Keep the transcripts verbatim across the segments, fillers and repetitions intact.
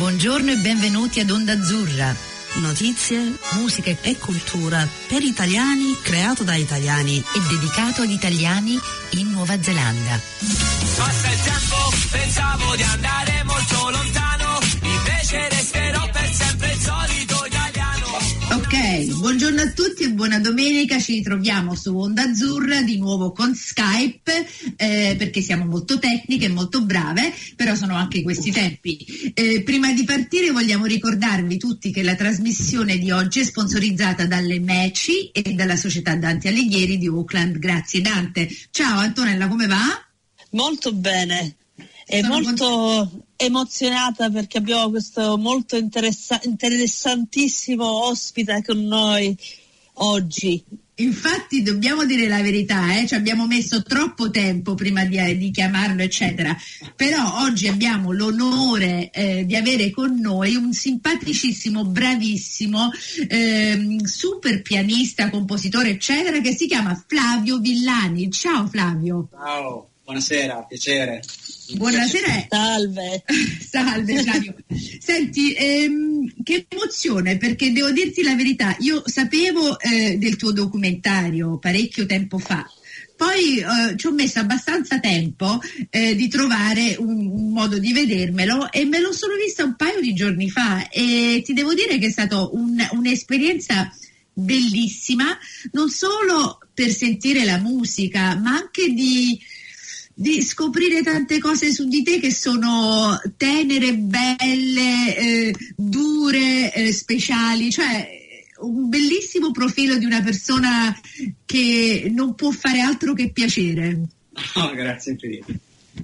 Buongiorno e benvenuti ad Onda Azzurra. Notizie, musica e cultura per italiani, creato da italiani e dedicato agli italiani in Nuova Zelanda. Passa il tempo, pensavo di andare molto lontano, invece resterò per sempre il solito italiano. Ok, buongiorno a tutti e buona domenica, ci ritroviamo su Onda Azzurra di nuovo con Skype, eh, perché siamo molto tecniche e molto brave, però sono anche questi tempi. Eh, prima di partire vogliamo ricordarvi tutti che la trasmissione di oggi è sponsorizzata dalle Meci e dalla società Dante Alighieri di Auckland. Grazie Dante. Ciao Antonella, come va? Molto bene. È Sono molto cont- emozionata perché abbiamo questo molto interessa- interessantissimo ospite con noi oggi. Infatti dobbiamo dire la verità, eh? Ci abbiamo messo troppo tempo prima di, di chiamarlo eccetera, però oggi abbiamo l'onore eh, di avere con noi un simpaticissimo, bravissimo, eh, super pianista, compositore eccetera, che si chiama Flavio Villani. Ciao Flavio. Ciao, buonasera, piacere. Buonasera. Salve. Salve Flavio. Senti, ehm, che emozione, perché devo dirti la verità, io sapevo eh, del tuo documentario parecchio tempo fa, poi eh, ci ho messo abbastanza tempo eh, di trovare un, un modo di vedermelo e me lo sono vista un paio di giorni fa e ti devo dire che è stata un, un'esperienza bellissima, non solo per sentire la musica, ma anche di... di scoprire tante cose su di te che sono tenere, belle, eh, dure, eh, speciali, cioè un bellissimo profilo di una persona che non può fare altro che piacere. Oh, grazie infinito.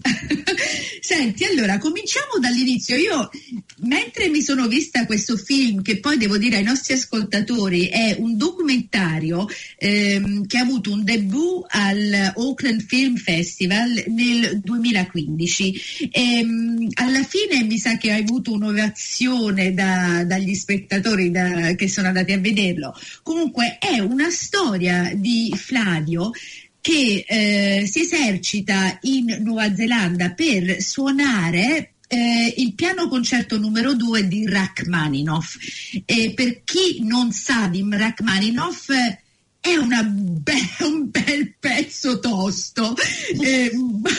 Senti, allora cominciamo dall'inizio. Io mentre mi sono vista questo film, che poi devo dire ai nostri ascoltatori è un documentario ehm, che ha avuto un debut al Auckland Film Festival nel duemilaquindici, ehm, alla fine mi sa che hai avuto un'ovazione da, dagli spettatori da, che sono andati a vederlo. Comunque è una storia di Flavio che eh, si esercita in Nuova Zelanda per suonare eh, il piano concerto numero due di Rachmaninoff. E per chi non sa di Rachmaninoff, è una be- un bel pezzo tosto, eh,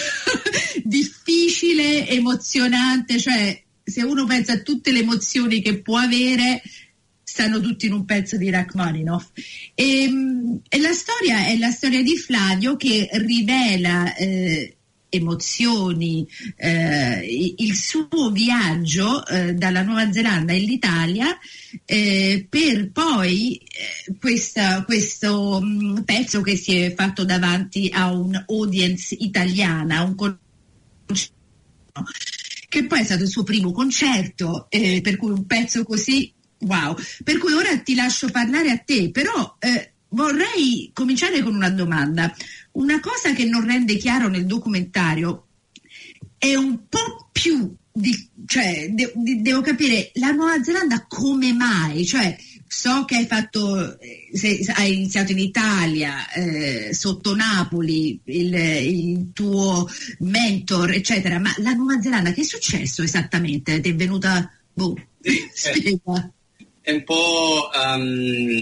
difficile, emozionante, cioè se uno pensa a tutte le emozioni che può avere, stanno tutti in un pezzo di Rachmaninoff. E, e la storia è la storia di Flavio che rivela eh, emozioni, eh, il suo viaggio eh, dalla Nuova Zelanda all'Italia, eh, per poi eh, questa, questo mh, pezzo che si è fatto davanti a un audience italiana, un concerto che poi è stato il suo primo concerto, eh, per cui un pezzo così wow, per cui ora ti lascio parlare a te, però eh, vorrei cominciare con una domanda. Una cosa che non rende chiaro nel documentario è un po' più di, cioè de, de, devo capire la Nuova Zelanda come mai, cioè so che hai fatto, se, hai iniziato in Italia, eh, sotto Napoli, il, il tuo mentor eccetera, ma la Nuova Zelanda che è successo esattamente? Ti è venuta, boh, sì, spiega. È un po' um,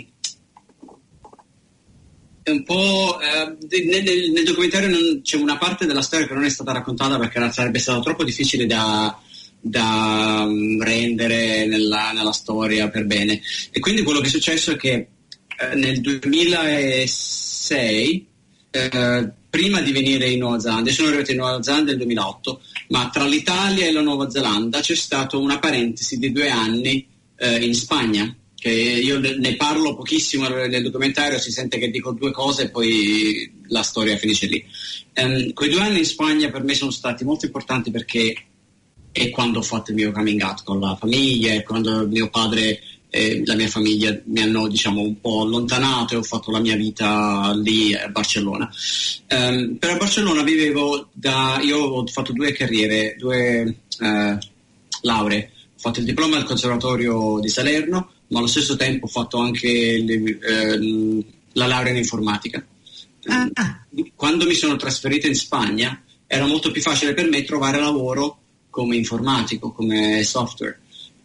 è un po' uh, nel, nel, nel documentario non, c'è una parte della storia che non è stata raccontata perché sarebbe stato troppo difficile da, da um, rendere nella, nella storia per bene, e quindi quello che è successo è che uh, nel duemilasei uh, prima di venire in Nuova Zelanda, io sono arrivato in Nuova Zelanda nel duemilaotto, ma tra l'Italia e la Nuova Zelanda c'è stata una parentesi di due anni eh, in Spagna, che io ne parlo pochissimo nel documentario, si sente che dico due cose e poi la storia finisce lì. Um, quei due anni in Spagna per me sono stati molto importanti perché è quando ho fatto il mio coming out con la famiglia, è quando mio padre e la mia famiglia mi hanno diciamo un po' allontanato e ho fatto la mia vita lì a Barcellona. Um, però a Barcellona vivevo da, io ho fatto due carriere, due uh, lauree. Ho fatto il diploma al Conservatorio di Salerno, ma allo stesso tempo ho fatto anche le, eh, la laurea in informatica. Ah, ah. Quando mi sono trasferito in Spagna era molto più facile per me trovare lavoro come informatico, come software.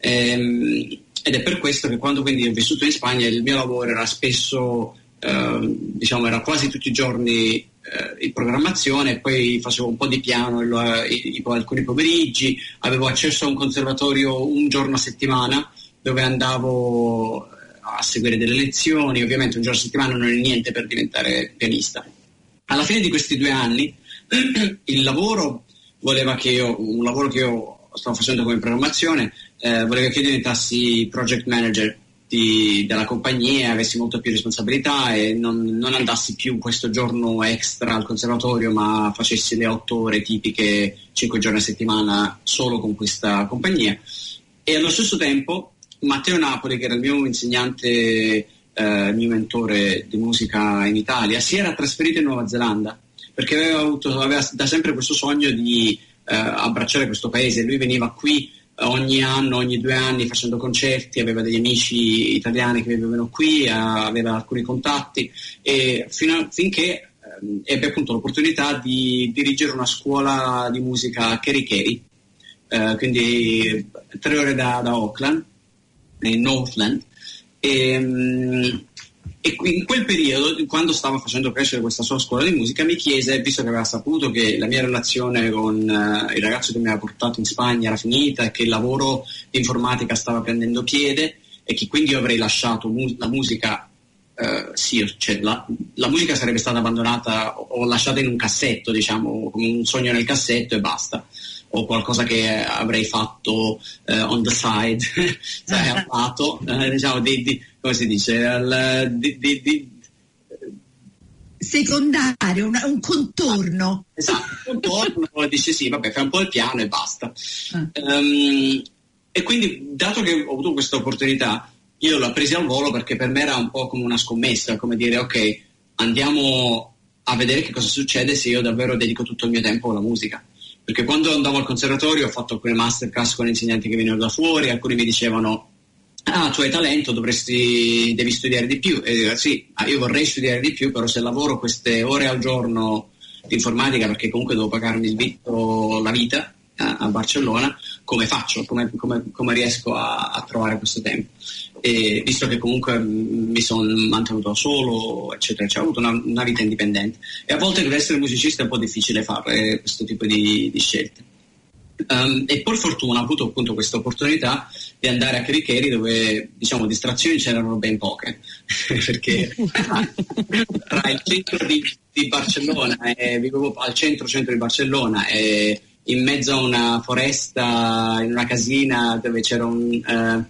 Ehm, ed è per questo che quando quindi ho vissuto in Spagna il mio lavoro era spesso, eh, diciamo, era quasi tutti i giorni eh, in programmazione, poi facevo un po' di piano i, i, alcuni pomeriggi, avevo accesso a un conservatorio un giorno a settimana dove andavo a seguire delle lezioni. Ovviamente un giorno a settimana non è niente per diventare pianista. Alla fine di questi due anni il lavoro voleva che io, un lavoro che io stavo facendo come programmazione, eh, voleva che io diventassi project manager di, della compagnia, avessi molto più responsabilità e non, non andassi più questo giorno extra al conservatorio, ma facessi le otto ore tipiche, cinque giorni a settimana solo con questa compagnia. E allo stesso tempo Matteo Napoli, che era il mio insegnante, eh, il mio mentore di musica in Italia, si era trasferito in Nuova Zelanda perché aveva, avuto, aveva da sempre questo sogno di eh, abbracciare questo paese. Lui veniva qui ogni anno, ogni due anni facendo concerti, aveva degli amici italiani che vivevano qui, aveva alcuni contatti e fino a, finché eh, ebbe appunto l'opportunità di dirigere una scuola di musica a Kerikeri, eh, quindi tre ore da, da Auckland, in Northland, e, um, e in quel periodo, quando stava facendo crescere questa sua scuola di musica, mi chiese, visto che aveva saputo che la mia relazione con uh, il ragazzo che mi aveva portato in Spagna era finita e che il lavoro di informatica stava prendendo piede e che quindi io avrei lasciato mu- la musica, uh, sì, cioè la, la musica sarebbe stata abbandonata o lasciata in un cassetto, diciamo, come un sogno nel cassetto e basta, o qualcosa che avrei fatto uh, on the side, cioè al lato, uh, diciamo, di, di, come si dice, al, di, di, di, secondario, un, un contorno. Esatto, un contorno, dice sì, vabbè, fai un po' il piano e basta. Ah. Um, e quindi, dato che ho avuto questa opportunità, io l'ho presa al volo perché per me era un po' come una scommessa, come dire, ok, andiamo a vedere che cosa succede se io davvero dedico tutto il mio tempo alla musica. Perché quando andavo al conservatorio ho fatto alcune masterclass con insegnanti che venivano da fuori, alcuni mi dicevano: ah, tu hai talento, dovresti, devi studiare di più. E io, sì, io vorrei studiare di più, però se lavoro queste ore al giorno di informatica, perché comunque devo pagarmi il vitto, la vita a, a Barcellona, come faccio? Come, come, come riesco a, a trovare questo tempo? E visto che comunque mi sono mantenuto solo, eccetera, cioè, ho avuto una, una vita indipendente. E a volte per essere musicista è un po' difficile fare questo tipo di, di scelte. Um, e per fortuna ho avuto appunto questa opportunità di andare a Kerikeri, dove diciamo distrazioni c'erano ben poche perché tra il centro di, di Barcellona e vivevo al centro centro di Barcellona e in mezzo a una foresta, in una casina dove c'era un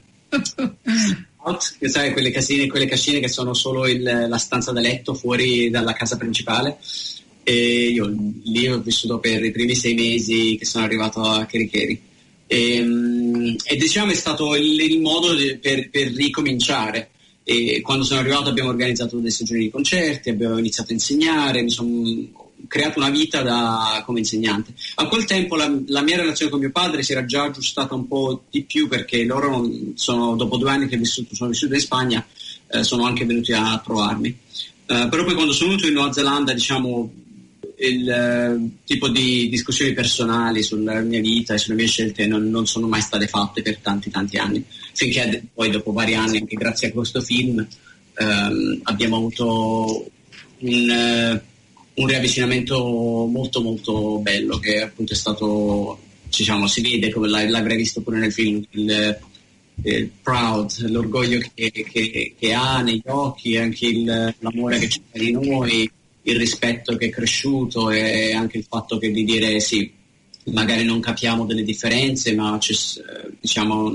uh, sai, quelle casine, quelle cascine che sono solo il, la stanza da letto fuori dalla casa principale. E io lì ho vissuto per i primi sei mesi che sono arrivato a Kerikeri e, e diciamo è stato il, il modo de, per, per ricominciare. E quando sono arrivato abbiamo organizzato delle stagioni di concerti, abbiamo iniziato a insegnare, mi sono creato una vita da, come insegnante. A quel tempo la, la mia relazione con mio padre si era già aggiustata un po' di più, perché loro sono, dopo due anni che vissuto, sono vissuto in Spagna, eh, sono anche venuti a trovarmi. Uh, però poi quando sono venuto in Nuova Zelanda, diciamo, il uh, tipo di discussioni personali sulla mia vita e sulle mie scelte non, non sono mai state fatte per tanti tanti anni, finché poi dopo vari anni, anche grazie a questo film, um, abbiamo avuto un, uh, un riavvicinamento molto molto bello, che appunto è stato, diciamo, si vede, come l'avrei visto pure nel film, il, il proud, l'orgoglio che, che, che ha negli occhi, anche il, l'amore che c'è di noi, il rispetto che è cresciuto, e anche il fatto che di dire sì, magari non capiamo delle differenze, ma c'è, diciamo,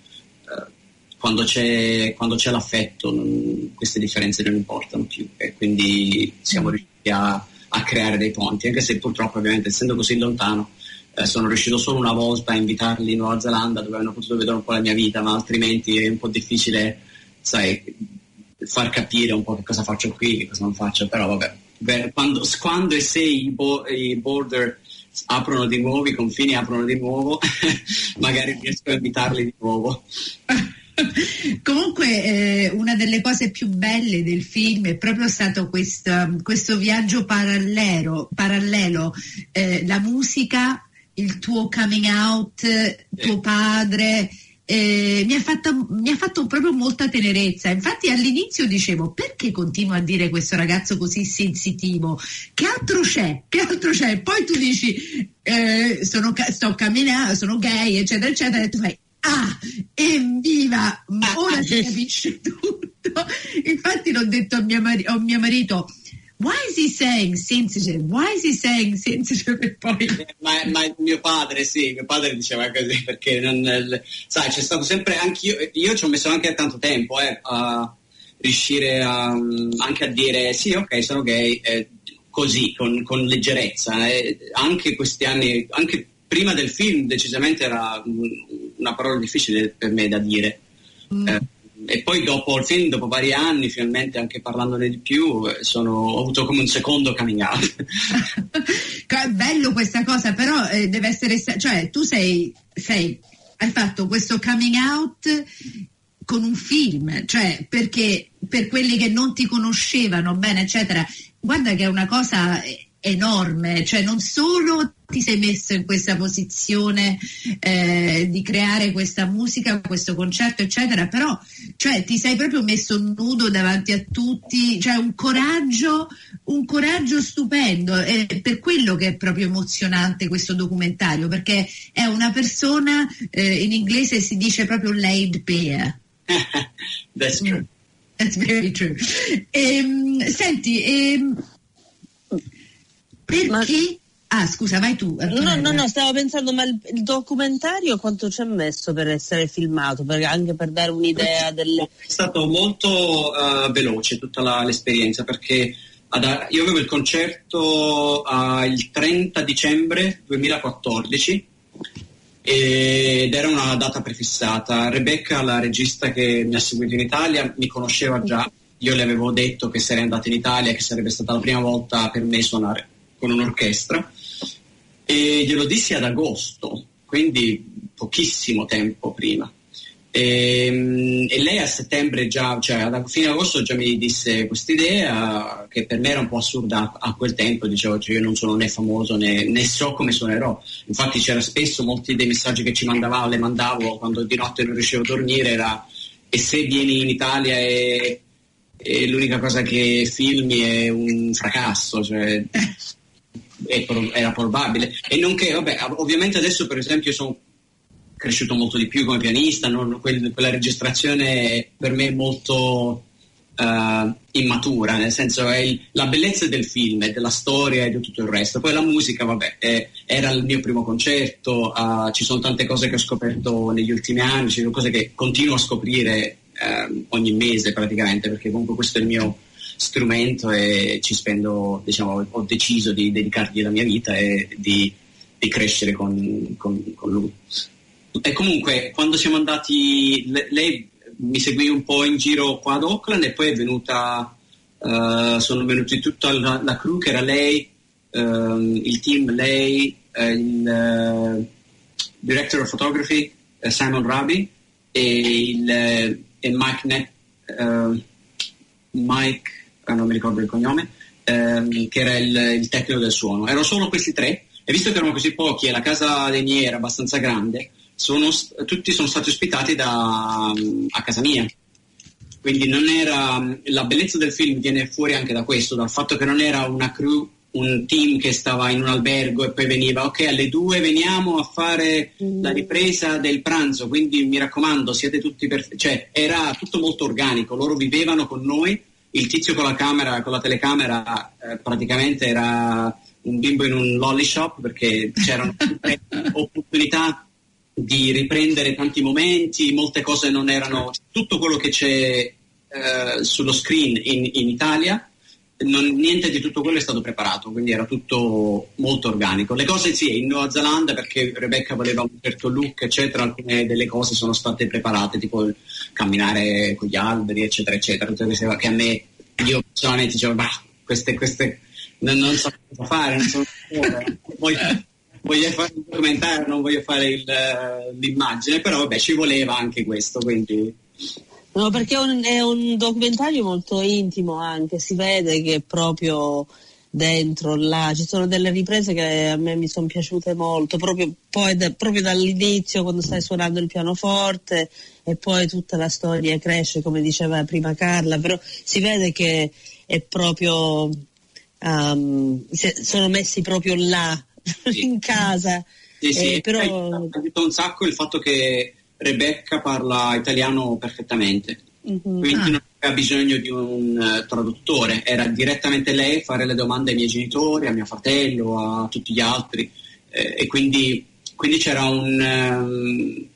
quando c'è, quando c'è l'affetto non, queste differenze non importano più, e quindi siamo riusciti a, a creare dei ponti, anche se purtroppo ovviamente essendo così lontano eh, sono riuscito solo una volta a invitarli in Nuova Zelanda, dove hanno potuto vedere un po' la mia vita, ma altrimenti è un po' difficile, sai, far capire un po' che cosa faccio qui, che cosa non faccio. Però vabbè, beh, quando, quando e se i, bo- i border aprono di nuovo, i confini aprono di nuovo, magari riesco a invitarli di nuovo. Comunque eh, una delle cose più belle del film è proprio stato questo, questo viaggio parallelo, parallelo eh, la musica, il tuo coming out, tuo padre, eh, mi ha fatto, mi ha fatto proprio molta tenerezza. Infatti all'inizio dicevo, perché continua a dire questo ragazzo così sensitivo? Che altro c'è? Che altro c'è? Poi tu dici, eh, sono, sto camminando, sono gay, eccetera, eccetera, e tu fai, ah, evviva, ora si capisce tutto. Infatti l'ho detto a mio, mari- a mio marito, why is he saying sensitive? Why is he saying sensitive? E poi... ma, ma mio padre, sì, mio padre diceva così, perché non, sai, c'è stato sempre, anche io, io ci ho messo anche tanto tempo eh, a riuscire a, anche a dire sì, ok, sono gay, eh, così, con, con leggerezza. Eh, anche questi anni, anche prima del film, decisamente era una parola difficile per me da dire. Mm. Eh, E poi dopo il film, dopo vari anni, finalmente anche parlandone di più, sono, ho avuto come un secondo coming out. È bello questa cosa, però eh, deve essere, cioè tu sei, sei, hai fatto questo coming out con un film, cioè perché per quelli che non ti conoscevano bene, eccetera, guarda che è una cosa enorme, cioè non solo ti sei messo in questa posizione eh, di creare questa musica, questo concerto, eccetera, però cioè ti sei proprio messo nudo davanti a tutti, cioè un coraggio, un coraggio stupendo, è per quello che è proprio emozionante questo documentario, perché è una persona, eh, in inglese si dice proprio laid bare. That's true. That's very true. Ehm, senti, ehm, perché... Ma... Ah, scusa, vai tu. No, no, no, stavo pensando, ma il, il documentario quanto ci ha messo per essere filmato, per, anche per dare un'idea del... È stato molto uh, veloce tutta la, l'esperienza, perché ad, io avevo il concerto uh, il trenta dicembre duemilaquattordici ed era una data prefissata. Rebecca, la regista che mi ha seguito in Italia, mi conosceva già. Io le avevo detto che sarei andata in Italia, che sarebbe stata la prima volta per me suonare con un'orchestra, e glielo dissi ad agosto, quindi pochissimo tempo prima, e, e lei a settembre già, cioè a fine agosto già mi disse quest'idea che per me era un po' assurda a, a quel tempo. Dicevo, cioè, io non sono né famoso né, né so come suonerò. Infatti c'era spesso, molti dei messaggi che ci mandavamo, le mandavo quando di notte non riuscivo a dormire, era e se vieni in Italia e, e l'unica cosa che filmi è un fracasso, cioè era probabile. E nonché, vabbè, ovviamente adesso per esempio sono cresciuto molto di più come pianista, non, quel, quella registrazione per me è molto uh, immatura, nel senso è il, la bellezza del film e della storia e di tutto il resto. Poi la musica, vabbè, è, era il mio primo concerto, uh, ci sono tante cose che ho scoperto negli ultimi anni, ci sono cose che continuo a scoprire uh, ogni mese praticamente, perché comunque questo è il mio strumento e ci spendo, diciamo, ho deciso di dedicargli la mia vita e di, di crescere con, con, con lui. E comunque quando siamo andati, lei mi seguì un po' in giro qua ad Auckland e poi è venuta, uh, sono venuti tutta la, la crew che era lei, um, il team, lei, uh, il uh, director of photography uh, Simon Rabi e, il, uh, e Mike Net, uh, Mike uh, non mi ricordo il cognome, um, che era il, il tecnico del suono. Erano solo questi tre e visto che erano così pochi e la casa dei miei era abbastanza grande, Sono, tutti sono stati ospitati da, a casa mia, quindi non era, la bellezza del film viene fuori anche da questo, dal fatto che non era una crew, un team che stava in un albergo e poi veniva, ok, alle due veniamo a fare la ripresa del pranzo, quindi mi raccomando siete tutti perfetti, cioè era tutto molto organico, loro vivevano con noi. Il tizio con la camera, con la telecamera eh, praticamente era un bimbo in un lolly shop, perché c'erano opportunità di riprendere tanti momenti, molte cose non erano, tutto quello che c'è eh, sullo screen in, in Italia, non, niente di tutto quello è stato preparato, quindi era tutto molto organico. Le cose sì, in Nuova Zelanda, perché Rebecca voleva un certo look, eccetera, alcune delle cose sono state preparate, tipo il camminare con gli alberi, eccetera, eccetera, che a me, io personalmente dicevo, bah, queste, queste non, non so cosa fare, non so cosa fare. Poi, voglio fare un documentario, non voglio fare il, l'immagine, però vabbè ci voleva anche questo, quindi... No, perché è un, è un documentario molto intimo anche, si vede che proprio dentro là, ci sono delle riprese che a me mi sono piaciute molto, proprio poi da, proprio dall'inizio quando stai suonando il pianoforte e poi tutta la storia cresce, come diceva prima Carla, però si vede che è proprio um, sono messi proprio là sì. in casa. Sì, sì, eh, però mi ha aiutato un sacco il fatto che Rebecca parla italiano perfettamente, mm-hmm. quindi ah. non aveva bisogno di un uh, traduttore, era direttamente lei a fare le domande ai miei genitori, a mio fratello, a tutti gli altri, eh, e quindi, quindi c'era un, um,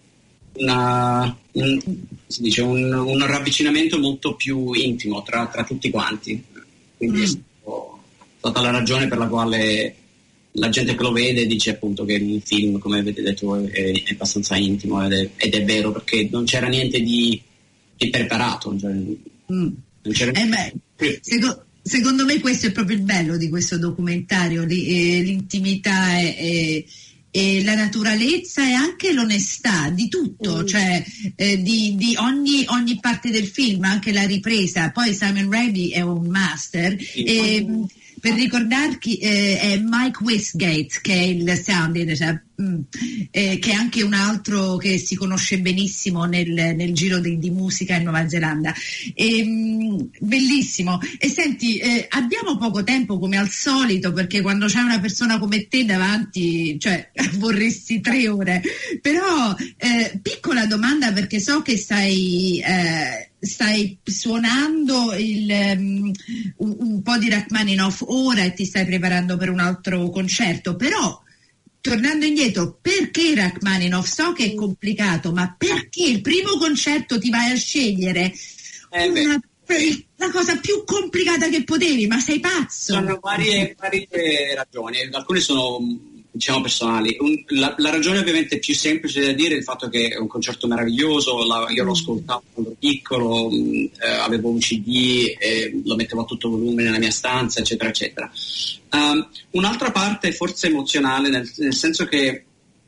una, un, si dice, un, un ravvicinamento molto più intimo tra, tra tutti quanti, quindi mm. è stato, stata la ragione per la quale la gente che lo vede dice appunto che il film, come avete detto, è, è abbastanza intimo ed è, ed è vero, perché non c'era niente di, di preparato. Cioè, mm. non c'era eh beh, secondo, secondo me questo è proprio il bello di questo documentario, li, eh, l'intimità e, e, e la naturalezza e anche l'onestà di tutto, mm. cioè eh, di, di ogni, ogni parte del film, anche la ripresa. Poi Simon Raimi è un master. Sì. E, per ricordarchi eh, è Mike Westgate che è il sound editor, mm, eh, che è anche un altro che si conosce benissimo nel, nel giro di, di musica in Nuova Zelanda. E, mh, bellissimo. E senti, eh, abbiamo poco tempo come al solito, perché quando c'è una persona come te davanti, cioè vorresti tre ore, però eh, piccola domanda, perché so che stai eh, stai suonando il, um, un, un po' di Rachmaninoff ora e ti stai preparando per un altro concerto, però tornando indietro, perché Rachmaninoff? So che è complicato, ma perché il primo concerto ti vai a scegliere eh una, la cosa più complicata che potevi? Ma sei pazzo? Sono varie, varie ragioni, alcune sono diciamo personali. Un, la, la ragione ovviamente più semplice da dire è il fatto che è un concerto meraviglioso, la, io l'ho ascoltato quando ero piccolo, mh, eh, avevo un C D e lo mettevo a tutto volume nella mia stanza, eccetera eccetera. Um, un'altra parte è forse emozionale, nel, nel senso che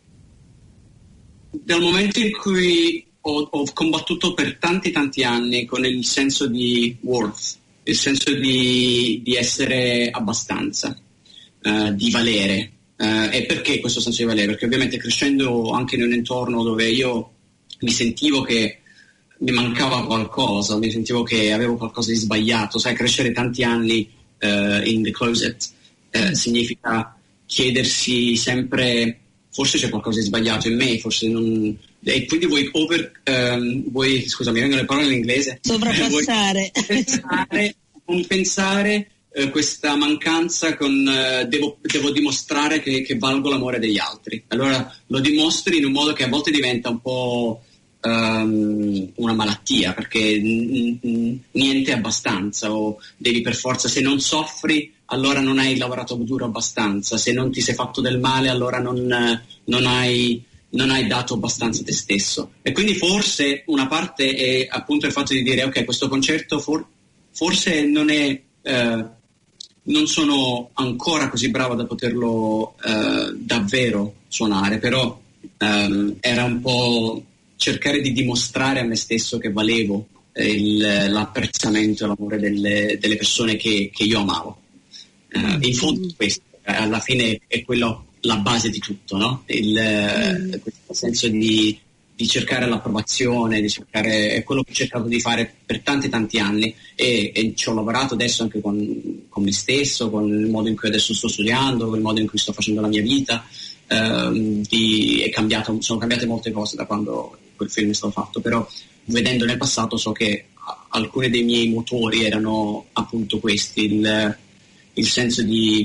dal momento in cui ho, ho combattuto per tanti tanti anni con il senso di worth, il senso di, di essere abbastanza, uh, di valere. Uh, e perché questo senso di valere? Perché ovviamente crescendo anche in un entorno dove io mi sentivo che mi mancava qualcosa, mi sentivo che avevo qualcosa di sbagliato, sai, crescere tanti anni uh, in the closet uh, significa chiedersi sempre forse c'è qualcosa di sbagliato in me, forse non... E quindi vuoi over... Um, vuoi, scusa, mi vengono le parole in inglese. Sovrappassare. Vuoi pensare, compensare Uh, questa mancanza con uh, devo, devo dimostrare che, che valgo l'amore degli altri. Allora lo dimostri in un modo che a volte diventa un po' um, una malattia, perché n- n- niente è abbastanza, o devi per forza, se non soffri allora non hai lavorato duro abbastanza, se non ti sei fatto del male allora non, non hai non hai dato abbastanza te stesso. E quindi forse una parte è appunto il fatto di dire ok, questo concerto for- forse non è uh, non sono ancora così bravo da poterlo uh, davvero suonare, però um, era un po' cercare di dimostrare a me stesso che valevo il, l'apprezzamento e l'amore delle, delle persone che, che io amavo. Uh, in fondo questo, alla fine è quello la base di tutto, no? Il, mm. questo senso di di cercare l'approvazione, di cercare, è quello che ho cercato di fare per tanti tanti anni e, e ci ho lavorato adesso anche con, con me stesso, con il modo in cui adesso sto studiando, con il modo in cui sto facendo la mia vita, ehm, di, è cambiato, sono cambiate molte cose da quando quel film è stato fatto, però vedendo nel passato so che alcuni dei miei motori erano appunto questi, il, il senso di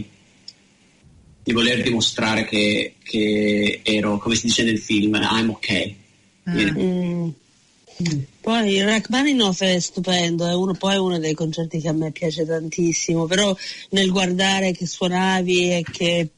di voler dimostrare che, che ero, come si dice nel film, I'm ok. Mm. Poi Rachmaninoff è stupendo, è uno, poi è uno dei concerti che a me piace tantissimo, però nel guardare che suonavi e che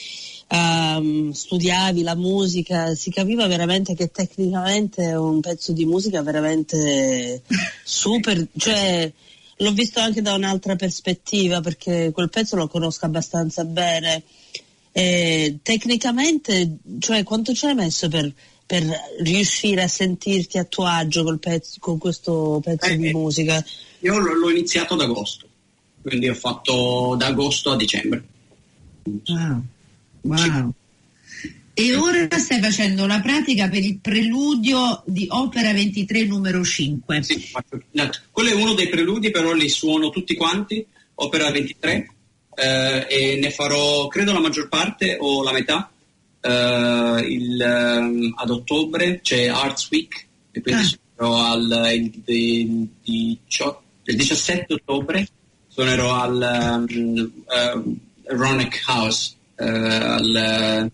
um, studiavi la musica si capiva veramente che tecnicamente è un pezzo di musica veramente super, cioè l'ho visto anche da un'altra prospettiva perché quel pezzo lo conosco abbastanza bene e tecnicamente, cioè quanto ci hai messo per per riuscire a sentirti a tuo agio col pezzo, con questo pezzo eh, di musica? Io l'ho iniziato ad agosto, quindi ho fatto da agosto a dicembre. Wow, wow. E ora stai facendo la pratica per il preludio di Opera ventitré numero cinque. Sì, faccio, no, quello è uno dei preludi, però li suono tutti quanti, Opera ventitré, eh, e ne farò credo la maggior parte o la metà. Uh, il, um, ad ottobre c'è Arts Week e quindi ah. suonerò al il, il, diciotto, il diciassette ottobre suonerò al um, uh, Ronick House uh, al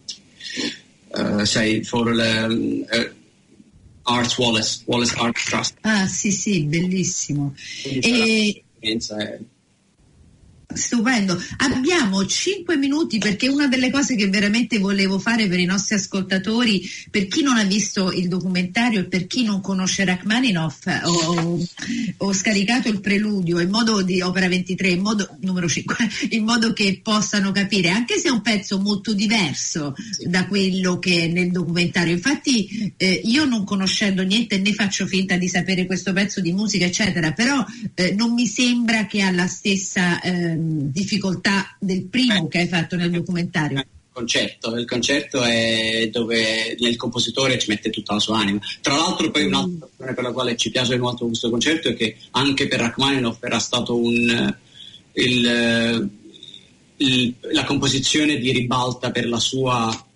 uh, sai for uh, uh, Arts Wallace Wallace Arts Trust. Ah sì sì, bellissimo. E... È... Stupendo, abbiamo cinque minuti perché una delle cose che veramente volevo fare per i nostri ascoltatori, per chi non ha visto il documentario e per chi non conosce Rachmaninoff, ho, ho scaricato il preludio in modo di Opera ventitré, in modo, numero cinque, in modo che possano capire, anche se è un pezzo molto diverso da quello che è nel documentario. Infatti eh, io non conoscendo niente né faccio finta di sapere questo pezzo di musica eccetera, però eh, non mi sembra che ha la stessa eh, difficoltà del primo eh, che hai fatto nel documentario. Il concerto, il concerto è dove il compositore ci mette tutta la sua anima. Tra l'altro poi un'altra ragione per la quale ci piace molto questo concerto è che anche per Rachmaninoff era stato un il, il, la composizione di ribalta per la sua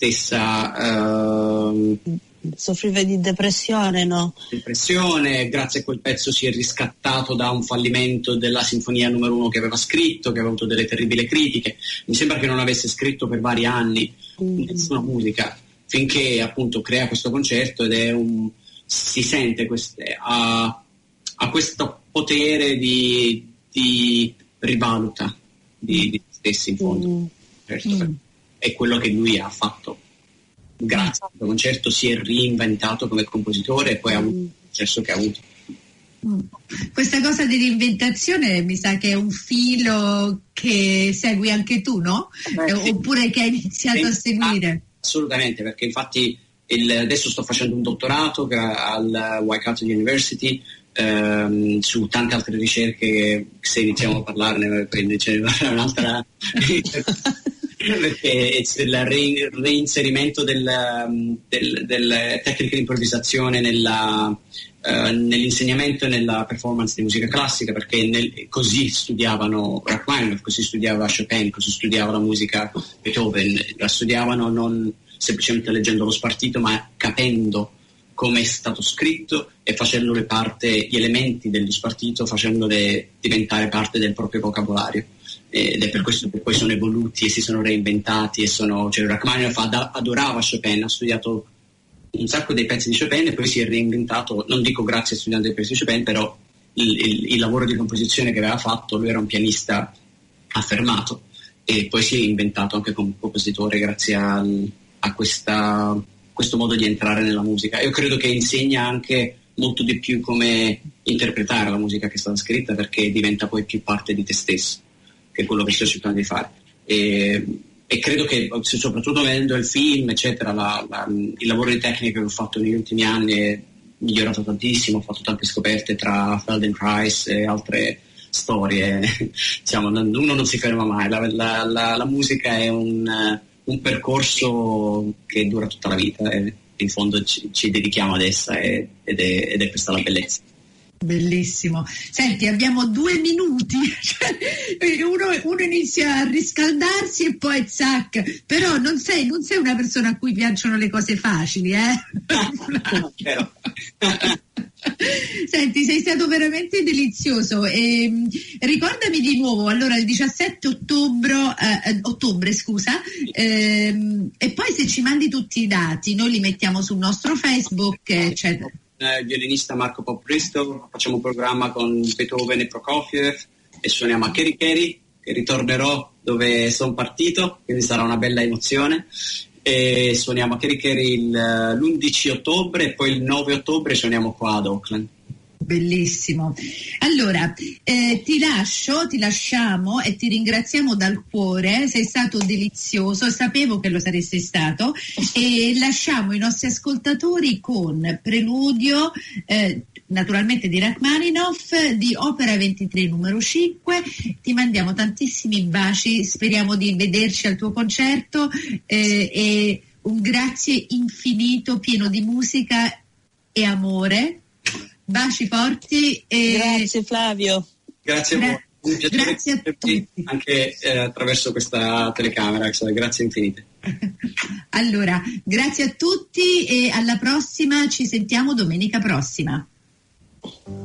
stessa uh, soffriva di depressione, no? Depressione, grazie a quel pezzo si è riscattato da un fallimento della sinfonia numero uno che aveva scritto, che aveva avuto delle terribili critiche. Mi sembra che non avesse scritto per vari anni nessuna mm. musica, finché appunto crea questo concerto ed è un si sente queste, ha, ha questo potere di, di rivaluta di, di se stessi in fondo. Mm. Certo, mm. È quello che lui ha fatto. Grazie a questo concerto si è reinventato come compositore e poi ha avuto il successo che ha avuto. Questa cosa di reinventazione mi sa che è un filo che segui anche tu, no? Beh, sì. Oppure che hai iniziato sì, a seguire? Assolutamente, perché infatti il, adesso sto facendo un dottorato al Waikato University ehm, su tante altre ricerche che se iniziamo a parlarne poi c'è un'altra perché è il re, reinserimento del, del, delle tecniche di improvvisazione nella, uh, nell'insegnamento e nella performance di musica classica, perché nel, così studiavano Rachmaninoff, così studiava Chopin, così studiava la musica Beethoven, la studiavano non semplicemente leggendo lo spartito ma capendo come è stato scritto e facendole parte, gli elementi dello spartito facendole diventare parte del proprio vocabolario. Ed è per questo che poi sono evoluti e si sono reinventati e sono, cioè Rachmaninoff ad- adorava Chopin, ha studiato un sacco dei pezzi di Chopin e poi si è reinventato, non dico grazie a studiando dei pezzi di Chopin, però il, il, il lavoro di composizione che aveva fatto, lui era un pianista affermato e poi si è inventato anche come compositore grazie al, a questa, questo modo di entrare nella musica. Io credo che insegna anche molto di più come interpretare la musica che è stata scritta, perché diventa poi più parte di te stesso, che è quello che sto cercando di fare. E, e credo che soprattutto vedendo il film eccetera la, la, il lavoro di tecnica che ho fatto negli ultimi anni è migliorato tantissimo, ho fatto tante scoperte tra Feldenkrais e altre storie. Diciamo, uno non si ferma mai, la, la, la, la musica è un, un percorso che dura tutta la vita e in fondo ci, ci dedichiamo ad essa e, ed, è, ed è questa la bellezza. Bellissimo. Senti, abbiamo due minuti, uno, uno inizia a riscaldarsi e poi zac, però non sei, non sei una persona a cui piacciono le cose facili, eh? Senti, sei stato veramente delizioso. E, ricordami di nuovo, allora il diciassette ottobre, eh, ottobre scusa, ehm, e poi se ci mandi tutti i dati noi li mettiamo sul nostro Facebook, eccetera. Eh, violinista Marco Popristo, facciamo un programma con Beethoven e Prokofiev e suoniamo a Kerry Kerry, che ritornerò dove sono partito, quindi sarà una bella emozione, e suoniamo a Kerry Kerry l'undici ottobre e poi il nove ottobre suoniamo qua ad Auckland. Bellissimo. Allora, eh, ti lascio, ti lasciamo e ti ringraziamo dal cuore, sei stato delizioso, sapevo che lo saresti stato, e lasciamo i nostri ascoltatori con Preludio, eh, naturalmente di Rachmaninoff, di Opera ventitré numero cinque. Ti mandiamo tantissimi baci, speriamo di vederci al tuo concerto eh, e un grazie infinito, pieno di musica e amore. Baci forti. E... Grazie Flavio. Grazie a voi. Un piacere Grazie a tutti. Anche eh, attraverso questa telecamera, grazie infinite. Allora, grazie a tutti e alla prossima, ci sentiamo domenica prossima.